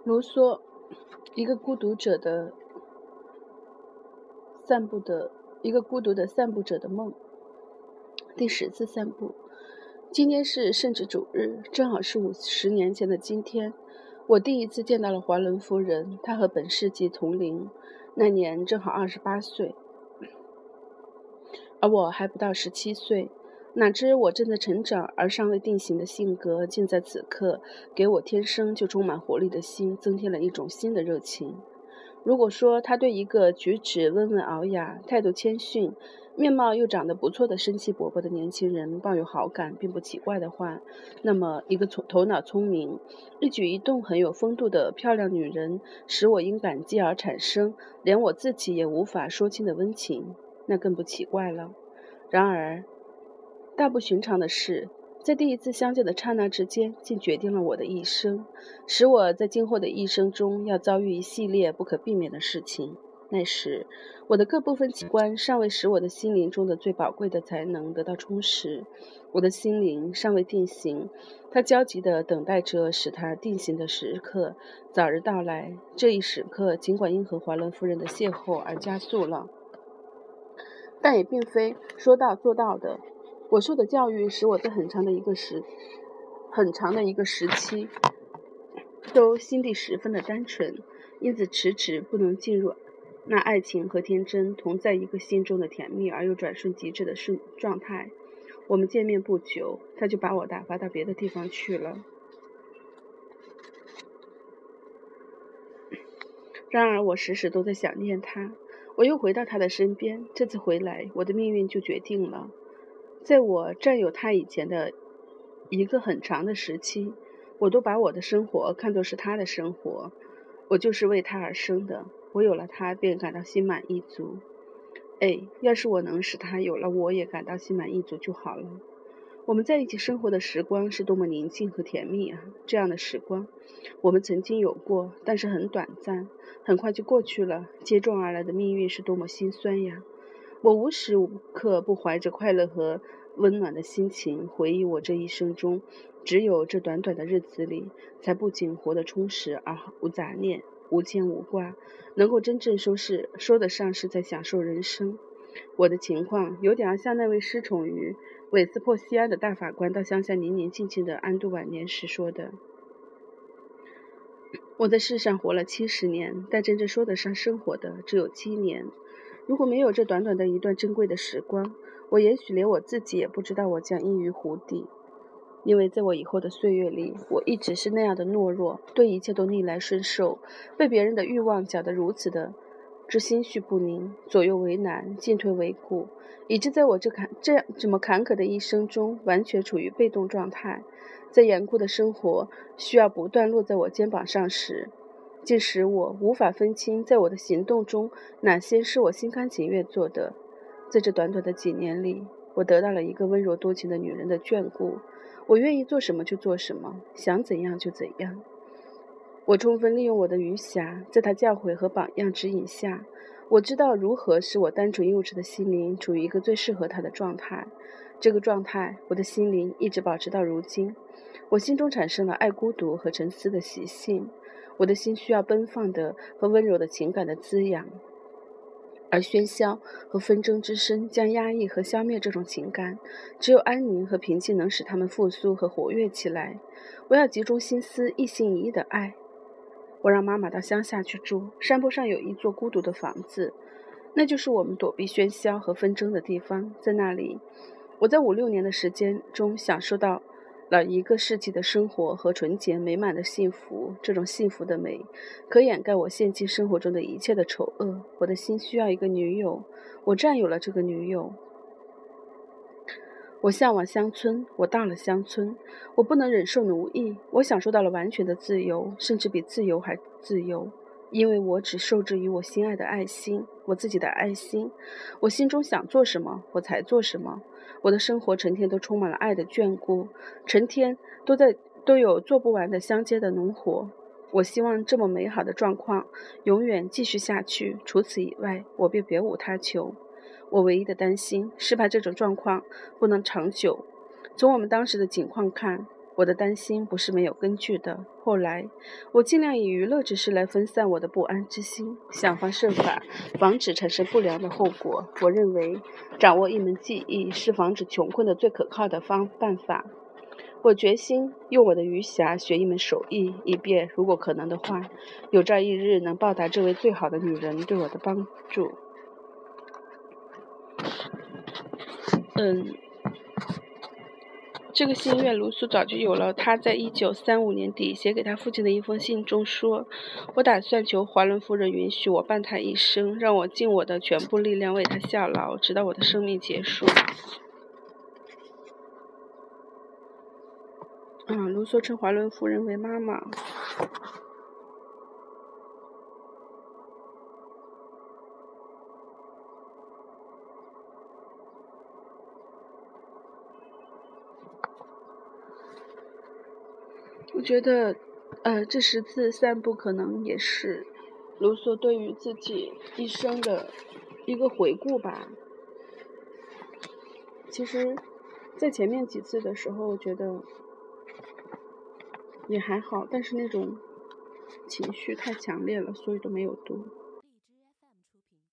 卢梭，一个孤独的散步者的梦。第10次散步。今天是圣旨主日，正好是50年前的今天，我第一次见到了华伦夫人。她和本世纪同龄，那年正好28岁，而我还不到17岁。哪知我正在成长而尚未定型的性格，竟在此刻给我天生就充满活力的心增添了一种新的热情。如果说他对一个举止温文尔雅、态度谦逊、面貌又长得不错的生气勃勃的年轻人抱有好感并不奇怪的话，那么一个头脑聪明、一举一动很有风度的漂亮女人，使我因感激而产生连我自己也无法说清的温情，那更不奇怪了。然而，大不寻常的是，在第一次相见的刹那之间，竟决定了我的一生，使我在今后的一生中要遭遇一系列不可避免的事情。那时，我的各部分器官尚未使我的心灵中的最宝贵的才能得到充实，我的心灵尚未定型，它焦急地等待着使它定型的时刻早日到来。这一时刻，尽管因和华伦夫人的邂逅而加速了，但也并非说到做到的。我受的教育使我在很长的一个时期都心地十分的单纯，因此迟迟不能进入那爱情和天真同在一个心中的甜蜜而又转瞬即至的状态。我们见面不久，他就把我打发到别的地方去了。然而我时时都在想念他，我又回到他的身边。这次回来，我的命运就决定了。在我占有他以前的一个很长的时期，我都把我的生活看作是他的生活，我就是为他而生的。我有了他，便感到心满意足。要是我能使他有了我也感到心满意足就好了。我们在一起生活的时光是多么宁静和甜蜜啊！这样的时光，我们曾经有过，但是很短暂，很快就过去了。接踵而来的命运是多么心酸呀！我无时无刻不怀着快乐和温暖的心情回忆我这一生中只有这短短的日子里，才不仅活得充实而无杂念、无牵无挂，能够真正说得上是在享受人生。我的情况有点像那位失宠于韦斯珀西安的大法官到乡下年年静静的安度晚年时说的：我在世上活了70年，但真正说得上生活的只有7年。如果没有这短短的一段珍贵的时光，我也许连我自己也不知道我将熠于湖底。因为在我以后的岁月里，我一直是那样的懦弱，对一切都逆来顺受，被别人的欲望搅得如此的心绪不宁，左右为难，进退维谷，以致在我这么坎坷的一生中，完全处于被动状态。在严酷的生活需要不断落在我肩膀上时，竟使我无法分清在我的行动中哪些是我心甘情愿做的。在这短短的几年里，我得到了一个温柔多情的女人的眷顾，我愿意做什么就做什么，想怎样就怎样。我充分利用我的余暇，在她教诲和榜样指引下，我知道如何使我单纯幼稚的心灵处于一个最适合她的状态。这个状态，我的心灵一直保持到如今。我心中产生了爱孤独和沉思的习性，我的心需要奔放的和温柔的情感的滋养，而喧嚣和纷争之声将压抑和消灭这种情感，只有安宁和平静能使它们复苏和活跃起来。我要集中心思，一心一意的爱。我让妈妈到乡下去住，山坡上有一座孤独的房子，那就是我们躲避喧嚣和纷争的地方。在那里，我在5、6年的时间中享受到了一个世纪的生活和纯洁美满的幸福。这种幸福的美可掩盖我现今生活中的一切的丑恶。我的心需要一个女友，我占有了这个女友。我向往乡村，我到了乡村。我不能忍受奴役，我享受到了完全的自由，甚至比自由还自由，因为我只受制于我心爱的爱心，我自己的爱心。我心中想做什么，我才做什么。我的生活成天都充满了爱的眷顾，成天都有做不完的乡间的农活。我希望这么美好的状况永远继续下去，除此以外，我便别无他求。我唯一的担心是怕这种状况不能长久。从我们当时的情况看， 我的担心不是没有根据的。后来，我尽量以娱乐之事来分散我的不安之心，想方设法防止产生不良的后果。我认为，掌握一门技艺是防止穷困的最可靠的办法。我决心用我的余暇学一门手艺，以便如果可能的话，有朝一日能报答这位最好的女人对我的帮助。这个心愿卢梭早就有了。他在1935年底写给他父亲的一封信中说：“我打算求华伦夫人允许我伴他一生，让我尽我的全部力量为他效劳，直到我的生命结束。”卢梭称华伦夫人为妈妈。我觉得，这10次散步可能也是卢梭对于自己一生的一个回顾吧。其实，在前面几次的时候，我觉得也还好，但是那种情绪太强烈了，所以都没有读。